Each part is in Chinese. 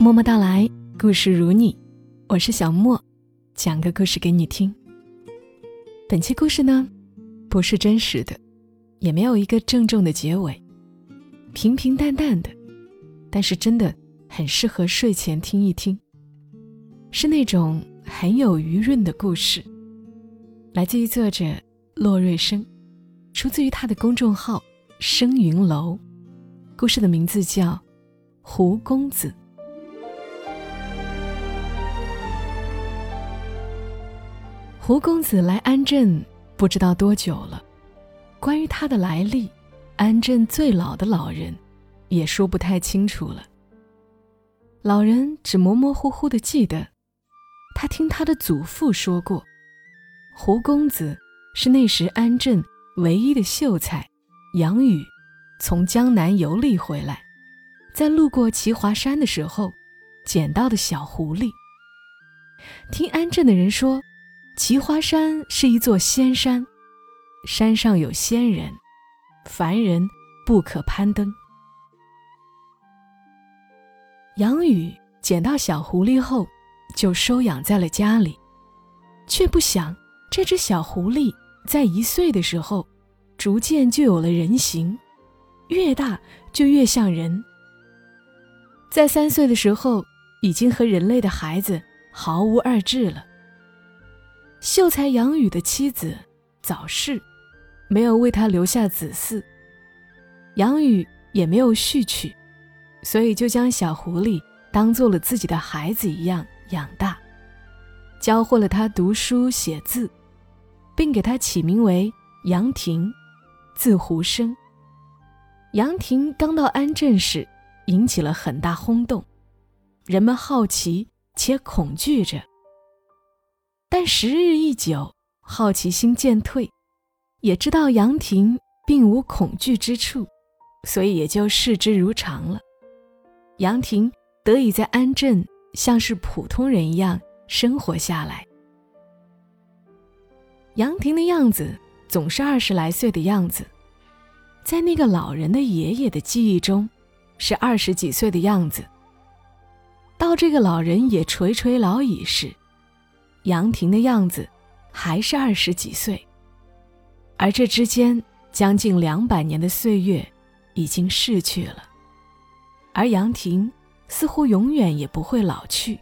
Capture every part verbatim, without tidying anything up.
默默到来，故事如你，我是小莫，讲个故事给你听。本期故事呢，不是真实的，也没有一个郑重的结尾，平平淡淡的，但是真的很适合睡前听一听，是那种很有余韵的故事。来自于作者骆瑞生，出自于他的公众号生云楼，故事的名字叫胡公子。胡公子来安镇不知道多久了，关于他的来历，安镇最老的老人也说不太清楚了。老人只模模糊糊地记得，他听他的祖父说过，胡公子是那时安镇唯一的秀才杨宇从江南游历回来，在路过齐华山的时候捡到的小狐狸。听安镇的人说，齐华山是一座仙山，山上有仙人，凡人不可攀登。杨宇捡到小狐狸后就收养在了家里，却不想这只小狐狸在一岁的时候逐渐就有了人形，越大就越像人。在三岁的时候已经和人类的孩子毫无二致了。秀才杨宇的妻子早逝，没有为他留下子嗣，杨宇也没有续娶，所以就将小狐狸当做了自己的孩子一样养大，教会了他读书写字，并给他起名为杨婷，字胡生。杨婷刚到安镇时引起了很大轰动，人们好奇且恐惧着。但时日一久，好奇心渐退，也知道杨婷并无恐惧之处，所以也就视之如常了。杨婷得以在安镇像是普通人一样生活下来。杨婷的样子总是二十来岁的样子，在那个老人的爷爷的记忆中是二十几岁的样子。到这个老人也垂垂老矣时，杨婷的样子还是二十几岁，而这之间将近两百年的岁月已经逝去了，而杨婷似乎永远也不会老去。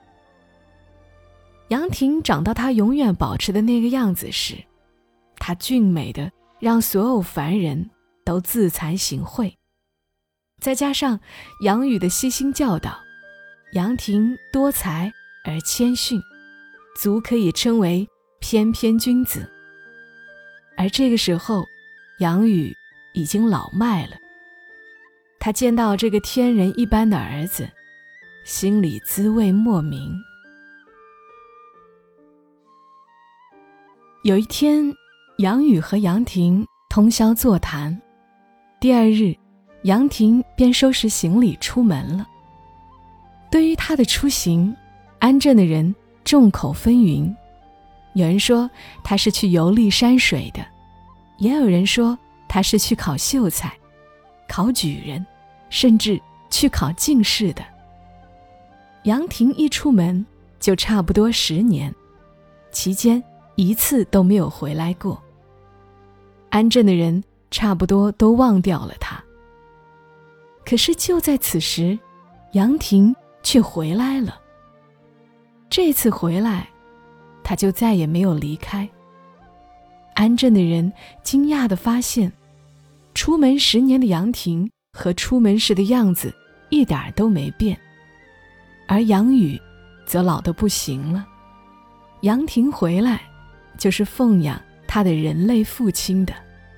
杨婷长到她永远保持的那个样子时，她俊美的让所有凡人都自惭形秽。再加上杨宇的悉心教导，杨婷多才而谦逊，足可以称为翩翩君子。而这个时候，杨宇已经老迈了。他见到这个天人一般的儿子，心里滋味莫名。有一天，杨宇和杨婷通宵座谈，第二日，杨婷便收拾行李出门了。对于他的出行，安镇的人众口纷纭，有人说他是去游历山水的，也有人说他是去考秀才、考举人，甚至去考进士的。杨婷一出门就差不多十年，期间一次都没有回来过。安镇的人差不多都忘掉了他。可是就在此时，杨婷却回来了。这次回来，他就再也没有离开。安镇的人惊讶地发现，出门十年的杨婷和出门时的样子一点都没变，而杨宇则老得不行了。杨婷回来，就是奉养他的人类父亲的。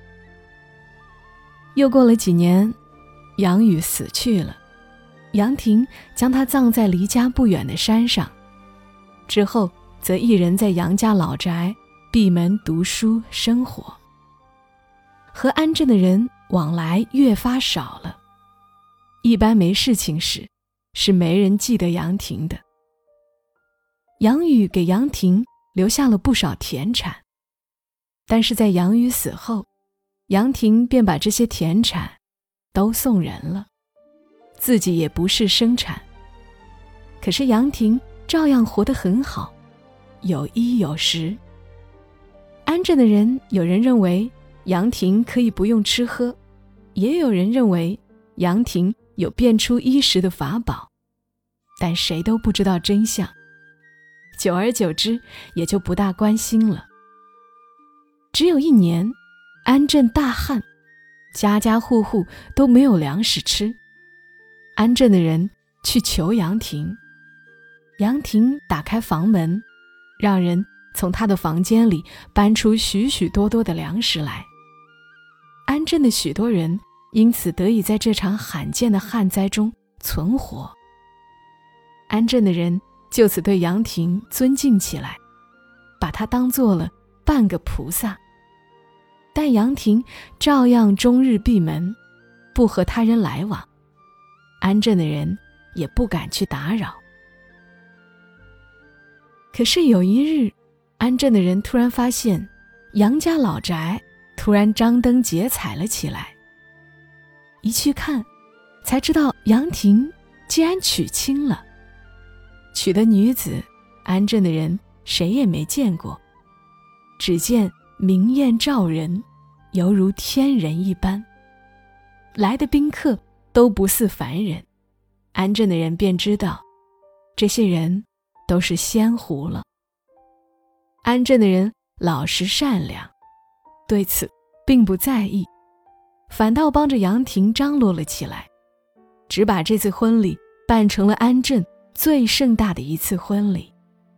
又过了几年，杨宇死去了，杨婷将他葬在离家不远的山上，之后则一人在杨家老宅闭门读书生活，和安镇的人往来越发少了。一般没事情时，是没人记得杨婷的。杨宇给杨婷留下了不少田产，但是在杨宇死后，杨婷便把这些田产都送人了，自己也不是生产， 可是杨婷照样活得很好，有衣有食。安镇的人，有人认为杨婷可以不用吃喝，也有人认为杨婷有变出衣食的法宝，但谁都不知道真相。久而久之，也就不大关心了。只有一年，安镇大旱，家家户户都没有粮食吃。安镇的人去求杨婷，杨婷打开房门，让人从她的房间里搬出许许多多的粮食来。安镇的许多人因此得以在这场罕见的旱灾中存活。安镇的人就此对杨婷尊敬起来，把她当作了半个菩萨。但杨婷照样终日闭门，不和他人来往，安镇的人也不敢去打扰。可是有一日，安镇的人突然发现杨家老宅突然张灯结彩了起来。一去看，才知道杨婷竟然娶亲了。娶的女子，安镇的人谁也没见过，只见明艳照人，犹如天人一般。来的宾客都不似凡人，安镇的人便知道，这些人都是仙狐了。安镇的人老实善良，对此并不在意，反倒帮着杨婷张罗了起来，只把这次婚礼办成了安镇最盛大的一次婚礼。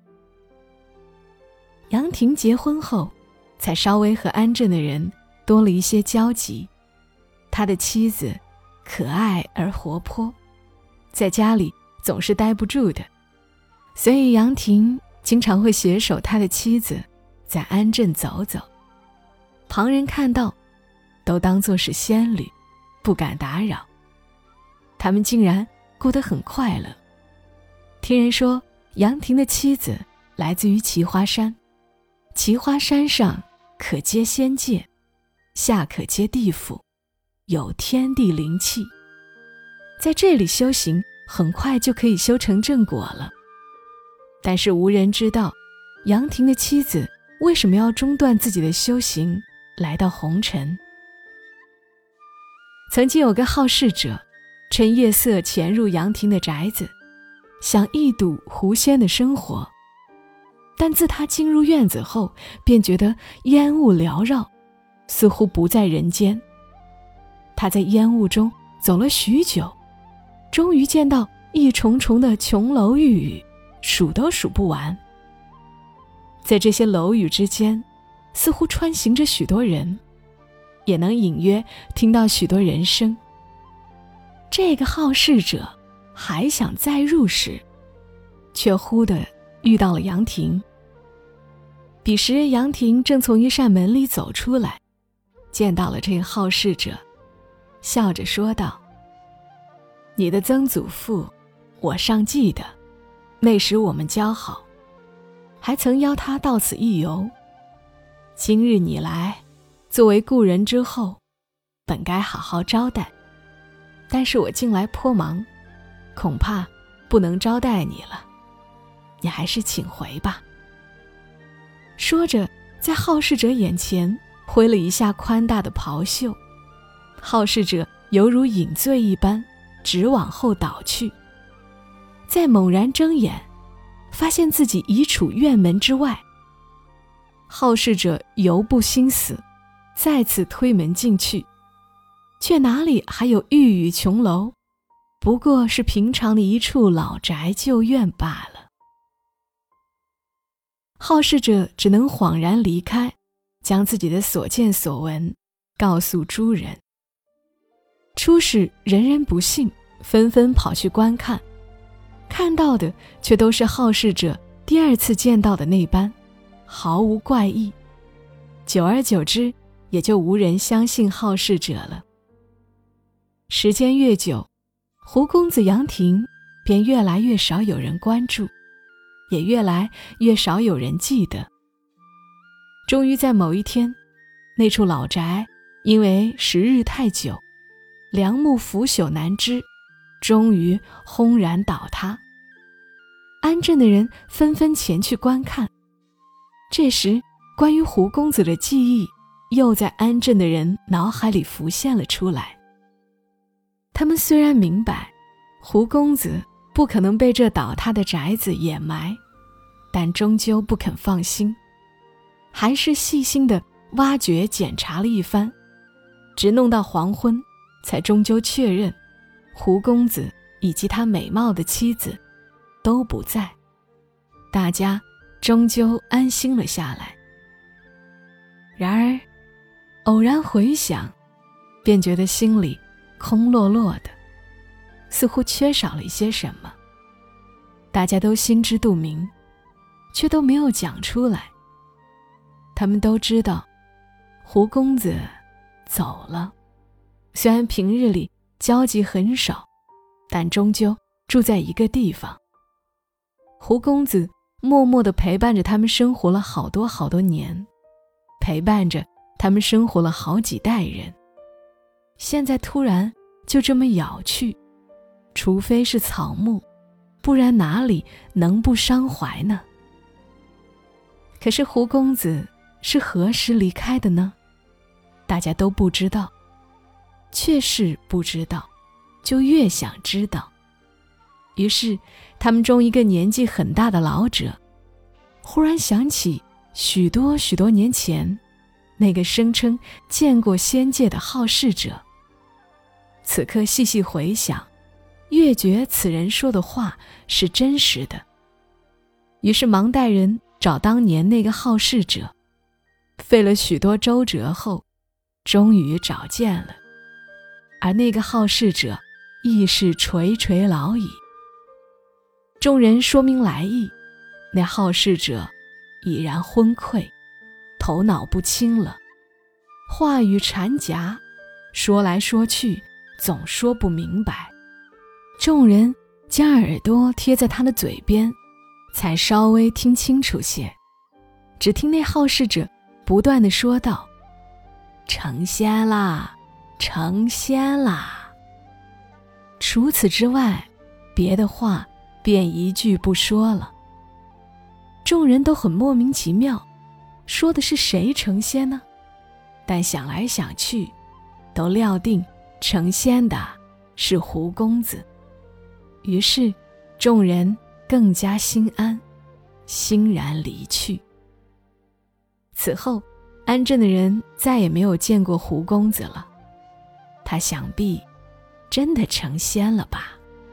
杨婷结婚后，才稍微和安镇的人多了一些交集。他的妻子可爱而活泼，在家里总是待不住的，所以杨婷经常会携手他的妻子在安镇走走。旁人看到都当作是仙侣，不敢打扰。他们竟然过得很快乐。听人说，杨婷的妻子来自于奇花山，奇花山上可接仙界，下可接地府，有天地灵气，在这里修行很快就可以修成正果了。但是无人知道，杨婷的妻子为什么要中断自己的修行，来到红尘。曾经有个好事者，趁夜色潜入杨婷的宅子，想一睹狐仙的生活。但自他进入院子后，便觉得烟雾缭绕，似乎不在人间。他在烟雾中走了许久，终于见到一重重的琼楼玉宇，数都数不完。在这些楼宇之间，似乎穿行着许多人，也能隐约听到许多人声。这个好事者还想再入时，却忽地遇到了杨婷。彼时杨婷正从一扇门里走出来，见到了这个好事者，笑着说道：“你的曾祖父我尚记得，那时我们交好，还曾邀他到此一游。今日你来，作为故人之后，本该好好招待，但是我近来颇忙，恐怕不能招待你了，你还是请回吧。”说着，在好事者眼前挥了一下宽大的袍袖，好事者犹如饮醉一般，直往后倒去。再猛然睁眼，发现自己已处院门之外。好事者犹不心死，再次推门进去，却哪里还有玉宇琼楼，不过是平常的一处老宅旧院罢了。好事者只能恍然离开，将自己的所见所闻告诉诸人。初时人人不信，纷纷跑去观看，看到的却都是好事者第二次见到的那般，毫无怪异。久而久之，也就无人相信好事者了。时间越久，胡公子杨婷便越来越少有人关注，也越来越少有人记得。终于在某一天，那处老宅因为时日太久，梁木腐朽难支，终于轰然倒塌。 安镇的人纷纷前去观看。这时，关于胡公子的记忆又在安镇的人脑海里浮现了出来。他们虽然明白胡公子不可能被这倒塌的宅子掩埋，但终究不肯放心，还是细心地挖掘检查了一番，直弄到黄昏，才终究确认胡公子以及他美貌的妻子都不在。大家终究安心了下来。然而偶然回想，便觉得心里空落落的，似乎缺少了一些什么。大家都心知肚明，却都没有讲出来。他们都知道胡公子走了，虽然平日里交集很少，但终究住在一个地方。胡公子默默地陪伴着他们生活了好多好多年，陪伴着他们生活了好几代人，现在突然就这么杳去，除非是草木，不然哪里能不伤怀呢？可是胡公子是何时离开的呢？大家都不知道，确是不知道，就越想知道。于是他们中一个年纪很大的老者忽然想起许多许多年前那个声称见过仙界的好事者，此刻细细回想，越觉此人说的话是真实的。于是忙带人找当年那个好事者，费了许多周折后，终于找见了。而那个好事者亦是垂垂老矣。众人说明来意，那好事者已然昏聩，头脑不清了，话语缠夹，说来说去总说不明白。众人将耳朵贴在他的嘴边，才稍微听清楚些。只听那好事者不断地说道：成仙啦，成仙啦。除此之外，别的话便一句不说了。众人都很莫名其妙，说的是谁成仙呢？但想来想去，都料定成仙的是胡公子。于是众人更加心安，欣然离去。此后安镇的人再也没有见过胡公子了，他想必真的成仙了吧。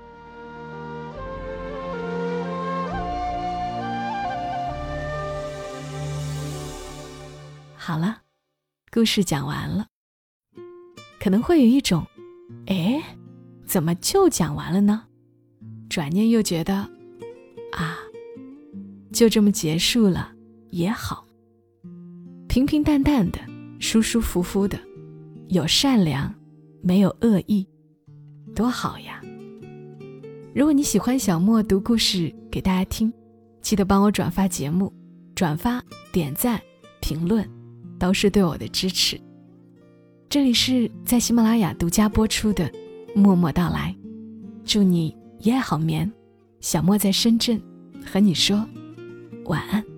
好了，故事讲完了。可能会有一种，诶，怎么就讲完了呢？转念又觉得，啊，就这么结束了也好。平平淡淡的，舒舒服服的，有善良，没有恶意，多好呀。如果你喜欢小莫读故事给大家听，记得帮我转发节目，转发、点赞、评论都是对我的支持。这里是在喜马拉雅独家播出的默默到来，祝你夜好眠。小莫在深圳和你说晚安。